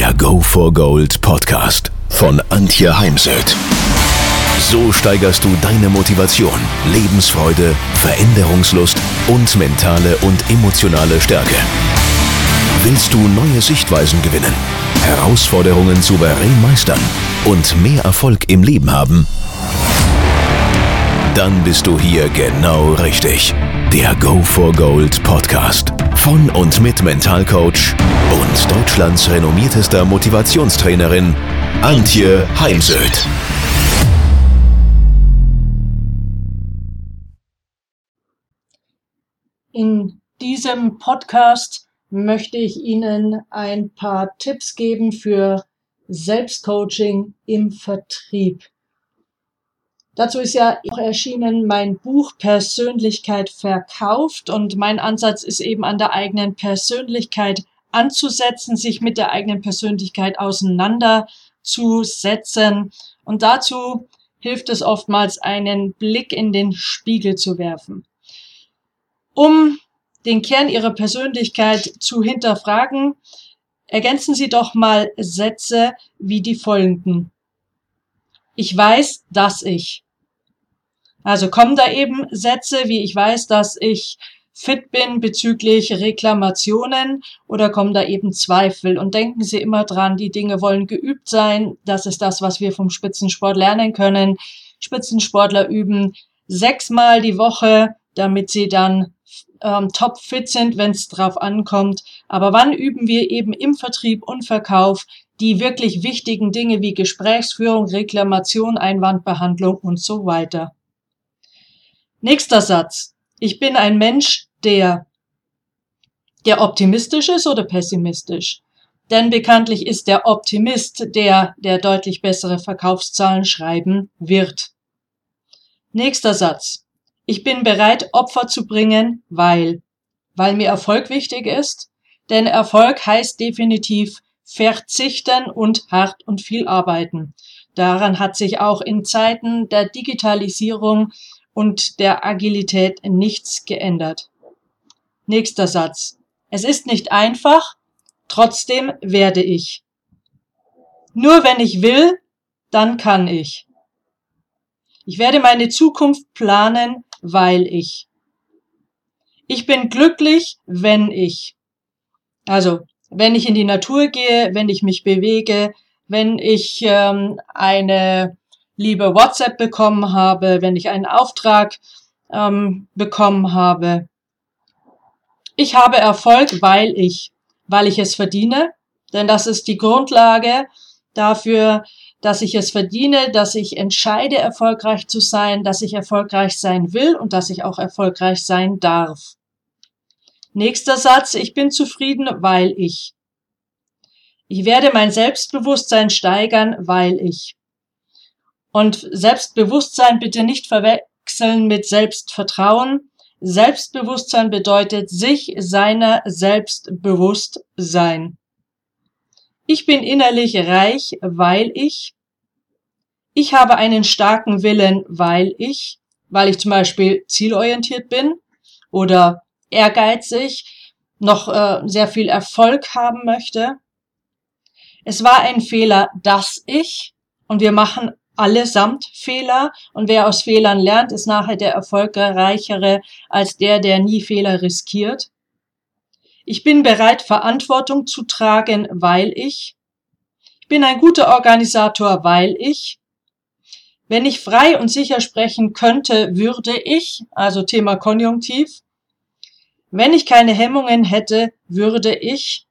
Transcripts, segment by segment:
der Go for Gold Podcast von Antje Heimsöth. So steigerst du deine Motivation, Lebensfreude, Veränderungslust und mentale und emotionale Stärke. Willst du neue Sichtweisen gewinnen, Herausforderungen souverän meistern und mehr Erfolg im Leben haben? Dann bist du hier genau richtig. Der Go for Gold Podcast von und mit Mentalcoach und Deutschlands renommiertester Motivationstrainerin Antje Heimsöth. In diesem Podcast möchte ich Ihnen ein paar Tipps geben für Selbstcoaching im Vertrieb. Dazu ist ja auch erschienen mein Buch Persönlichkeit verkauft und mein Ansatz ist eben an der eigenen Persönlichkeit anzusetzen, sich mit der eigenen Persönlichkeit auseinanderzusetzen und dazu hilft es oftmals, einen Blick in den Spiegel zu werfen. Um den Kern Ihrer Persönlichkeit zu hinterfragen, ergänzen Sie doch mal Sätze wie die folgenden. Ich weiß, dass ich. Also kommen da eben Sätze wie ich weiß, dass ich fit bin bezüglich Reklamationen oder kommen da eben Zweifel? Und denken Sie immer dran, die Dinge wollen geübt sein. Das ist das, was wir vom Spitzensport lernen können. Spitzensportler üben 6-mal die Woche, damit sie dann topfit sind, wenn es drauf ankommt. Aber wann üben wir eben im Vertrieb und Verkauf die wirklich wichtigen Dinge wie Gesprächsführung, Reklamation, Einwandbehandlung und so weiter? Nächster Satz. Ich bin ein Mensch, der optimistisch ist oder pessimistisch. Denn bekanntlich ist der Optimist der deutlich bessere Verkaufszahlen schreiben wird. Nächster Satz. Ich bin bereit, Opfer zu bringen, weil mir Erfolg wichtig ist. Denn Erfolg heißt definitiv verzichten und hart und viel arbeiten. Daran hat sich auch in Zeiten der Digitalisierung und der Agilität nichts geändert. Nächster Satz. Es ist nicht einfach, trotzdem werde ich. Nur wenn ich will, dann kann ich. Ich werde meine Zukunft planen, weil ich. Ich bin glücklich, wenn ich. Also, wenn ich in die Natur gehe, wenn ich mich bewege, wenn ich eine liebe WhatsApp bekommen habe, wenn ich einen Auftrag bekommen habe. Ich habe Erfolg, weil ich es verdiene, denn das ist die Grundlage dafür, dass ich es verdiene, dass ich entscheide, erfolgreich zu sein, dass ich erfolgreich sein will und dass ich auch erfolgreich sein darf. Nächster Satz, ich bin zufrieden, weil ich. Ich werde mein Selbstbewusstsein steigern, weil ich. Und Selbstbewusstsein bitte nicht verwechseln mit Selbstvertrauen. Selbstbewusstsein bedeutet sich seiner selbst bewusst sein. Ich bin innerlich reich, weil ich. Ich habe einen starken Willen, weil ich zum Beispiel zielorientiert bin oder ehrgeizig, noch sehr viel Erfolg haben möchte. Es war ein Fehler, dass ich, und wir machen allesamt Fehler, und wer aus Fehlern lernt, ist nachher der Erfolgreichere als der nie Fehler riskiert. Ich bin bereit, Verantwortung zu tragen, weil ich bin ein guter Organisator, weil ich. Wenn ich frei und sicher sprechen könnte, würde ich, also Thema Konjunktiv. Wenn ich keine Hemmungen hätte, würde ich.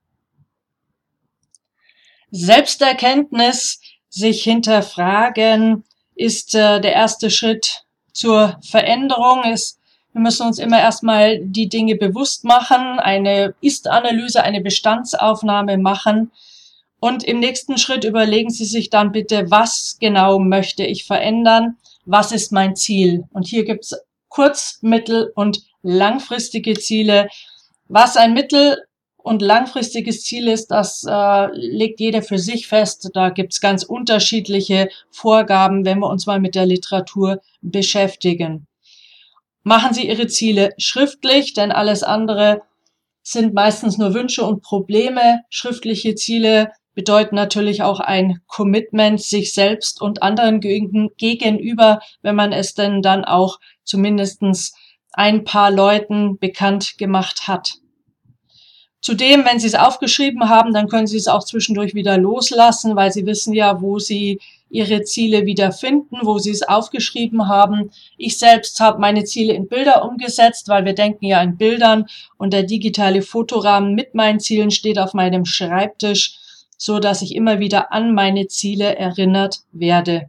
Selbsterkenntnis, sich hinterfragen, ist der erste Schritt zur Veränderung. Wir müssen uns immer erstmal die Dinge bewusst machen, eine Ist-Analyse, eine Bestandsaufnahme machen. Und im nächsten Schritt überlegen Sie sich dann bitte, was genau möchte ich verändern? Was ist mein Ziel? Und hier gibt es kurz-, mittel- und langfristige Ziele. Was ein mittel- und langfristiges Ziel ist, das legt jeder für sich fest. Da gibt es ganz unterschiedliche Vorgaben, wenn wir uns mal mit der Literatur beschäftigen. Machen Sie Ihre Ziele schriftlich, denn alles andere sind meistens nur Wünsche und Probleme. Schriftliche Ziele bedeuten natürlich auch ein Commitment sich selbst und anderen gegenüber, wenn man es denn dann auch zumindestens ein paar Leuten bekannt gemacht hat. Zudem, wenn Sie es aufgeschrieben haben, dann können Sie es auch zwischendurch wieder loslassen, weil Sie wissen ja, wo Sie Ihre Ziele wiederfinden, wo Sie es aufgeschrieben haben. Ich selbst habe meine Ziele in Bilder umgesetzt, weil wir denken ja in Bildern, und der digitale Fotorahmen mit meinen Zielen steht auf meinem Schreibtisch, so dass ich immer wieder an meine Ziele erinnert werde.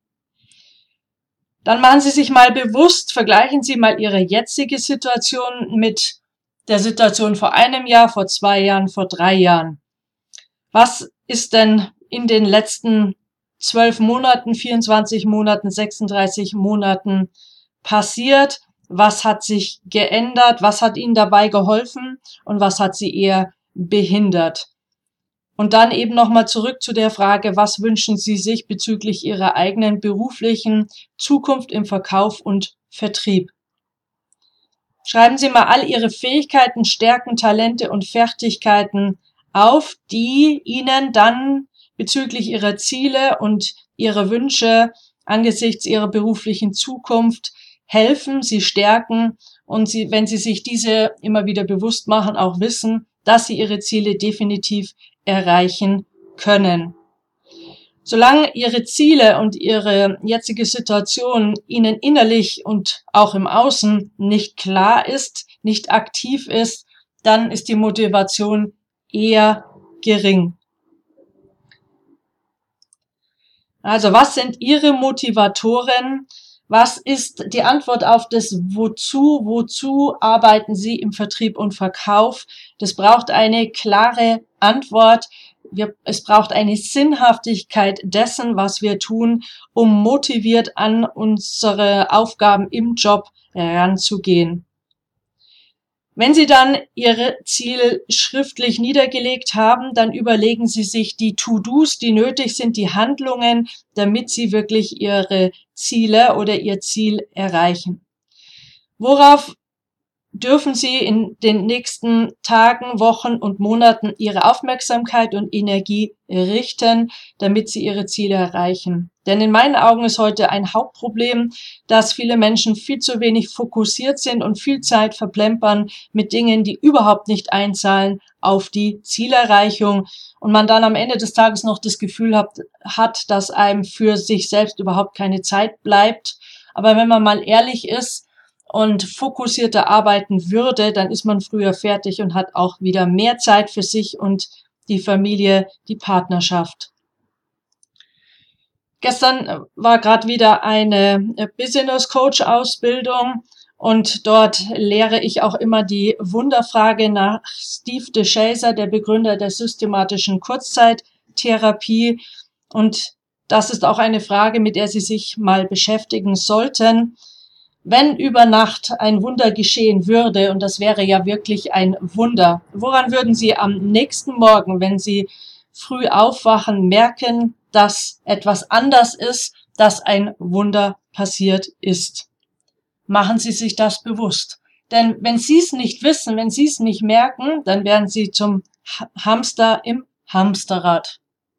Dann machen Sie sich mal bewusst, vergleichen Sie mal Ihre jetzige Situation mit der Situation vor einem Jahr, vor 2 Jahren, vor 3 Jahren. Was ist denn in den letzten 12 Monaten, 24 Monaten, 36 Monaten passiert? Was hat sich geändert? Was hat Ihnen dabei geholfen? Und was hat Sie eher behindert? Und dann eben nochmal zurück zu der Frage, was wünschen Sie sich bezüglich Ihrer eigenen beruflichen Zukunft im Verkauf und Vertrieb? Schreiben Sie mal all Ihre Fähigkeiten, Stärken, Talente und Fertigkeiten auf, die Ihnen dann bezüglich Ihrer Ziele und Ihrer Wünsche angesichts Ihrer beruflichen Zukunft helfen, Sie stärken und Sie, wenn Sie sich diese immer wieder bewusst machen, auch wissen, dass Sie Ihre Ziele definitiv erreichen können. Solange Ihre Ziele und Ihre jetzige Situation Ihnen innerlich und auch im Außen nicht klar ist, nicht aktiv ist, dann ist die Motivation eher gering. Also was sind Ihre Motivatoren? Was ist die Antwort auf das Wozu? Wozu arbeiten Sie im Vertrieb und Verkauf? Das braucht eine klare Antwort. Es braucht eine Sinnhaftigkeit dessen, was wir tun, um motiviert an unsere Aufgaben im Job heranzugehen. Wenn Sie dann Ihre Ziele schriftlich niedergelegt haben, dann überlegen Sie sich die To-Dos, die nötig sind, die Handlungen, damit Sie wirklich Ihre Ziele oder Ihr Ziel erreichen. Worauf dürfen Sie in den nächsten Tagen, Wochen und Monaten Ihre Aufmerksamkeit und Energie richten, damit Sie Ihre Ziele erreichen? Denn in meinen Augen ist heute ein Hauptproblem, dass viele Menschen viel zu wenig fokussiert sind und viel Zeit verplempern mit Dingen, die überhaupt nicht einzahlen auf die Zielerreichung und man dann am Ende des Tages noch das Gefühl hat, dass einem für sich selbst überhaupt keine Zeit bleibt. Aber wenn man mal ehrlich ist und fokussierter arbeiten würde, dann ist man früher fertig und hat auch wieder mehr Zeit für sich und die Familie, die Partnerschaft. Gestern war gerade wieder eine Business Coach Ausbildung und dort lehre ich auch immer die Wunderfrage nach Steve DeShazer, der Begründer der systematischen Kurzzeittherapie. Und das ist auch eine Frage, mit der Sie sich mal beschäftigen sollten. Wenn über Nacht ein Wunder geschehen würde, und das wäre ja wirklich ein Wunder, woran würden Sie am nächsten Morgen, wenn Sie früh aufwachen, merken, dass etwas anders ist, dass ein Wunder passiert ist? Machen Sie sich das bewusst. Denn wenn Sie es nicht wissen, wenn Sie es nicht merken, dann werden Sie zum Hamster im Hamsterrad.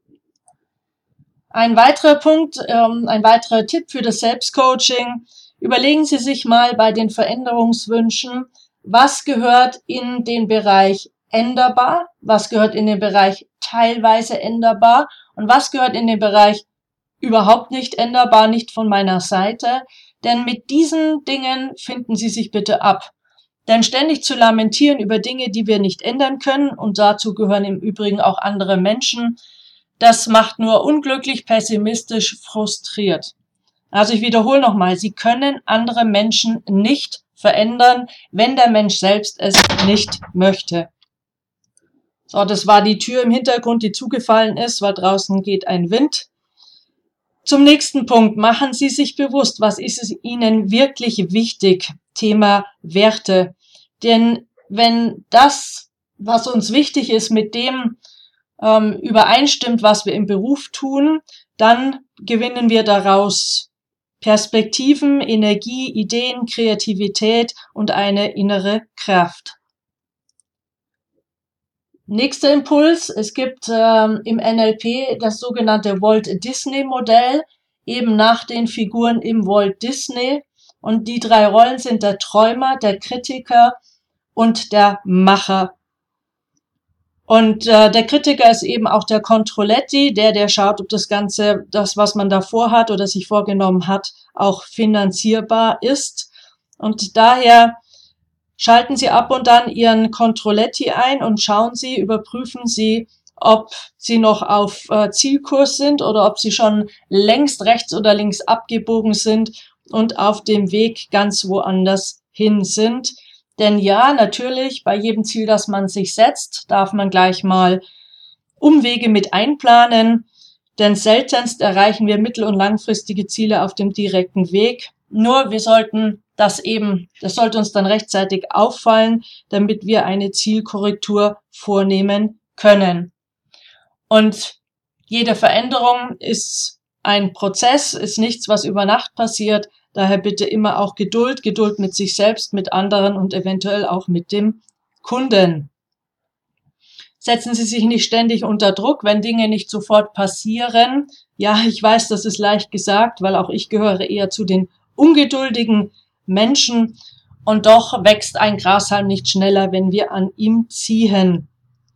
Ein weiterer Punkt, ein weiterer Tipp für das Selbstcoaching: Überlegen Sie sich mal bei den Veränderungswünschen, was gehört in den Bereich änderbar, was gehört in den Bereich teilweise änderbar und was gehört in den Bereich überhaupt nicht änderbar, nicht von meiner Seite. Denn mit diesen Dingen finden Sie sich bitte ab. Denn ständig zu lamentieren über Dinge, die wir nicht ändern können, und dazu gehören im Übrigen auch andere Menschen, das macht nur unglücklich, pessimistisch, frustriert. Also ich wiederhole nochmal, Sie können andere Menschen nicht verändern, wenn der Mensch selbst es nicht möchte. So, das war die Tür im Hintergrund, die zugefallen ist, weil draußen geht ein Wind. Zum nächsten Punkt: Machen Sie sich bewusst, was ist es Ihnen wirklich wichtig? Thema Werte. Denn wenn das, was uns wichtig ist, mit dem übereinstimmt, was wir im Beruf tun, dann gewinnen wir daraus Perspektiven, Energie, Ideen, Kreativität und eine innere Kraft. Nächster Impuls, es gibt im NLP das sogenannte Walt Disney Modell, eben nach den Figuren im Walt Disney. Und die 3 Rollen sind der Träumer, der Kritiker und der Macher. Und der Kritiker ist eben auch der Controletti, der schaut, ob das Ganze, das, was man da vorhat oder sich vorgenommen hat, auch finanzierbar ist. Und daher schalten Sie ab und an Ihren Controletti ein und überprüfen Sie, ob Sie noch auf Zielkurs sind oder ob Sie schon längst rechts oder links abgebogen sind und auf dem Weg ganz woanders hin sind. Denn ja, natürlich, bei jedem Ziel, das man sich setzt, darf man gleich mal Umwege mit einplanen, denn seltenst erreichen wir mittel- und langfristige Ziele auf dem direkten Weg. Nur wir sollten das sollte uns dann rechtzeitig auffallen, damit wir eine Zielkorrektur vornehmen können. Und jede Veränderung ist ein Prozess, ist nichts, was über Nacht passiert. Daher bitte immer auch Geduld mit sich selbst, mit anderen und eventuell auch mit dem Kunden. Setzen Sie sich nicht ständig unter Druck, wenn Dinge nicht sofort passieren. Ja, ich weiß, das ist leicht gesagt, weil auch ich gehöre eher zu den ungeduldigen Menschen. Und doch wächst ein Grashalm nicht schneller, wenn wir an ihm ziehen.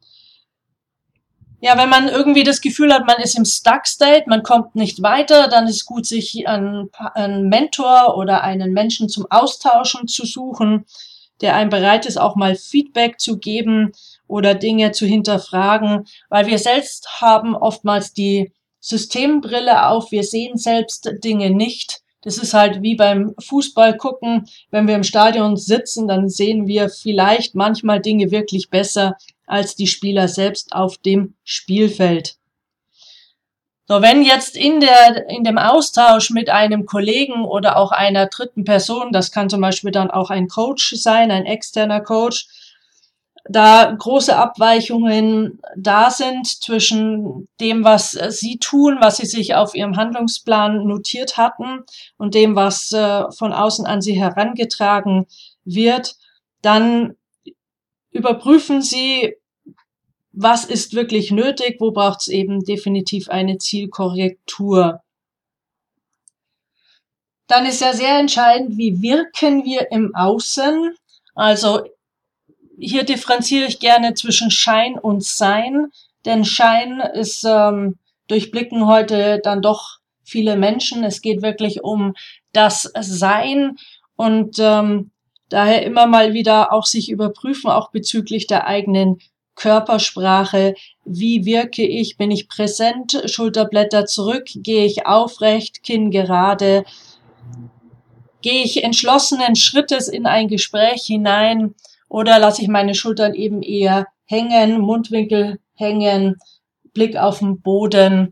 Ja, wenn man irgendwie das Gefühl hat, man ist im Stuck-State, man kommt nicht weiter, dann ist gut, sich einen Mentor oder einen Menschen zum Austauschen zu suchen, der einem bereit ist, auch mal Feedback zu geben oder Dinge zu hinterfragen, weil wir selbst haben oftmals die Systembrille auf, wir sehen selbst Dinge nicht. Das ist halt wie beim Fußball gucken, wenn wir im Stadion sitzen, dann sehen wir vielleicht manchmal Dinge wirklich besser als die Spieler selbst auf dem Spielfeld. So, wenn jetzt in dem Austausch mit einem Kollegen oder auch einer dritten Person, das kann zum Beispiel dann auch ein Coach sein, ein externer Coach, da große Abweichungen da sind zwischen dem, was Sie tun, was Sie sich auf Ihrem Handlungsplan notiert hatten und dem, was von außen an Sie herangetragen wird, dann überprüfen Sie, was ist wirklich nötig, wo braucht es eben definitiv eine Zielkorrektur. Dann ist ja sehr entscheidend, wie wirken wir im Außen. Also hier differenziere ich gerne zwischen Schein und Sein, denn Schein ist durchblicken heute dann doch viele Menschen. Es geht wirklich um das Sein und daher immer mal wieder auch sich überprüfen, auch bezüglich der eigenen Körpersprache. Wie wirke ich? Bin ich präsent? Schulterblätter zurück? Gehe ich aufrecht? Kinn gerade? Gehe ich entschlossenen Schrittes in ein Gespräch hinein oder lasse ich meine Schultern eben eher hängen, Mundwinkel hängen, Blick auf den Boden?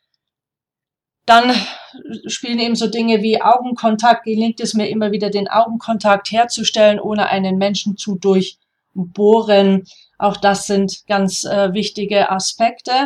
Dann spielen eben so Dinge wie Augenkontakt. Gelingt es mir immer wieder, den Augenkontakt herzustellen, ohne einen Menschen zu durchbohren? Auch das sind ganz wichtige Aspekte.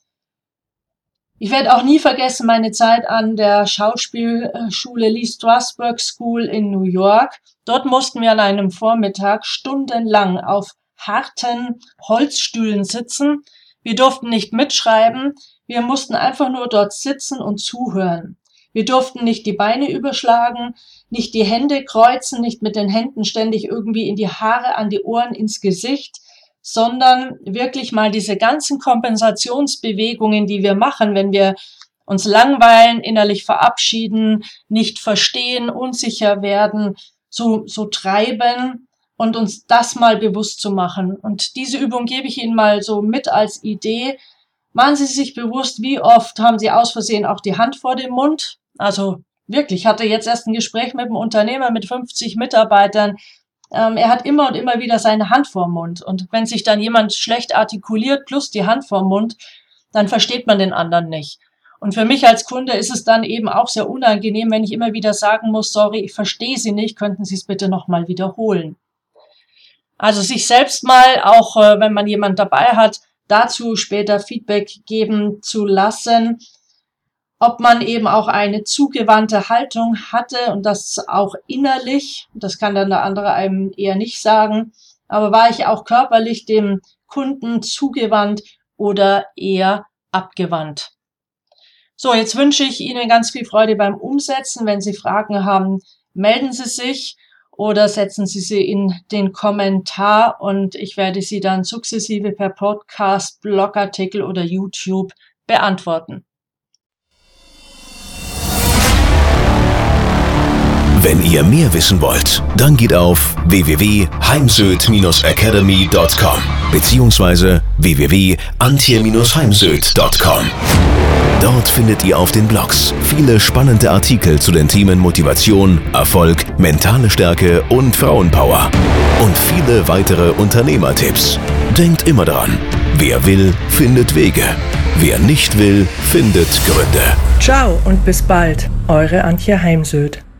Ich werde auch nie vergessen meine Zeit an der Schauspielschule Lee Strasberg School in New York. Dort mussten wir an einem Vormittag stundenlang auf harten Holzstühlen sitzen. Wir durften nicht mitschreiben. Wir mussten einfach nur dort sitzen und zuhören. Wir durften nicht die Beine überschlagen, nicht die Hände kreuzen, nicht mit den Händen ständig irgendwie in die Haare, an die Ohren, ins Gesicht, sondern wirklich mal diese ganzen Kompensationsbewegungen, die wir machen, wenn wir uns langweilen, innerlich verabschieden, nicht verstehen, unsicher werden, so treiben und uns das mal bewusst zu machen. Und diese Übung gebe ich Ihnen mal so mit als Idee. Machen Sie sich bewusst, wie oft haben Sie aus Versehen auch die Hand vor dem Mund? Also wirklich, ich hatte jetzt erst ein Gespräch mit einem Unternehmer mit 50 Mitarbeitern. Er hat immer und immer wieder seine Hand vorm Mund. Und wenn sich dann jemand schlecht artikuliert plus die Hand vorm Mund, dann versteht man den anderen nicht. Und für mich als Kunde ist es dann eben auch sehr unangenehm, wenn ich immer wieder sagen muss, sorry, ich verstehe Sie nicht, könnten Sie es bitte nochmal wiederholen. Also sich selbst mal, auch wenn man jemand dabei hat, dazu später Feedback geben zu lassen, ob man eben auch eine zugewandte Haltung hatte und das auch innerlich, das kann dann der andere einem eher nicht sagen, aber war ich auch körperlich dem Kunden zugewandt oder eher abgewandt? So, jetzt wünsche ich Ihnen ganz viel Freude beim Umsetzen. Wenn Sie Fragen haben, melden Sie sich oder setzen Sie sie in den Kommentar und ich werde sie dann sukzessive per Podcast, Blogartikel oder YouTube beantworten. Wenn ihr mehr wissen wollt, dann geht auf www.heimsöd-academy.com bzw. www.antje-heimsöd.com. Dort findet ihr auf den Blogs viele spannende Artikel zu den Themen Motivation, Erfolg, mentale Stärke und Frauenpower. Und viele weitere Unternehmertipps. Denkt immer daran, wer will, findet Wege. Wer nicht will, findet Gründe. Ciao und bis bald, eure Antje Heimsöd.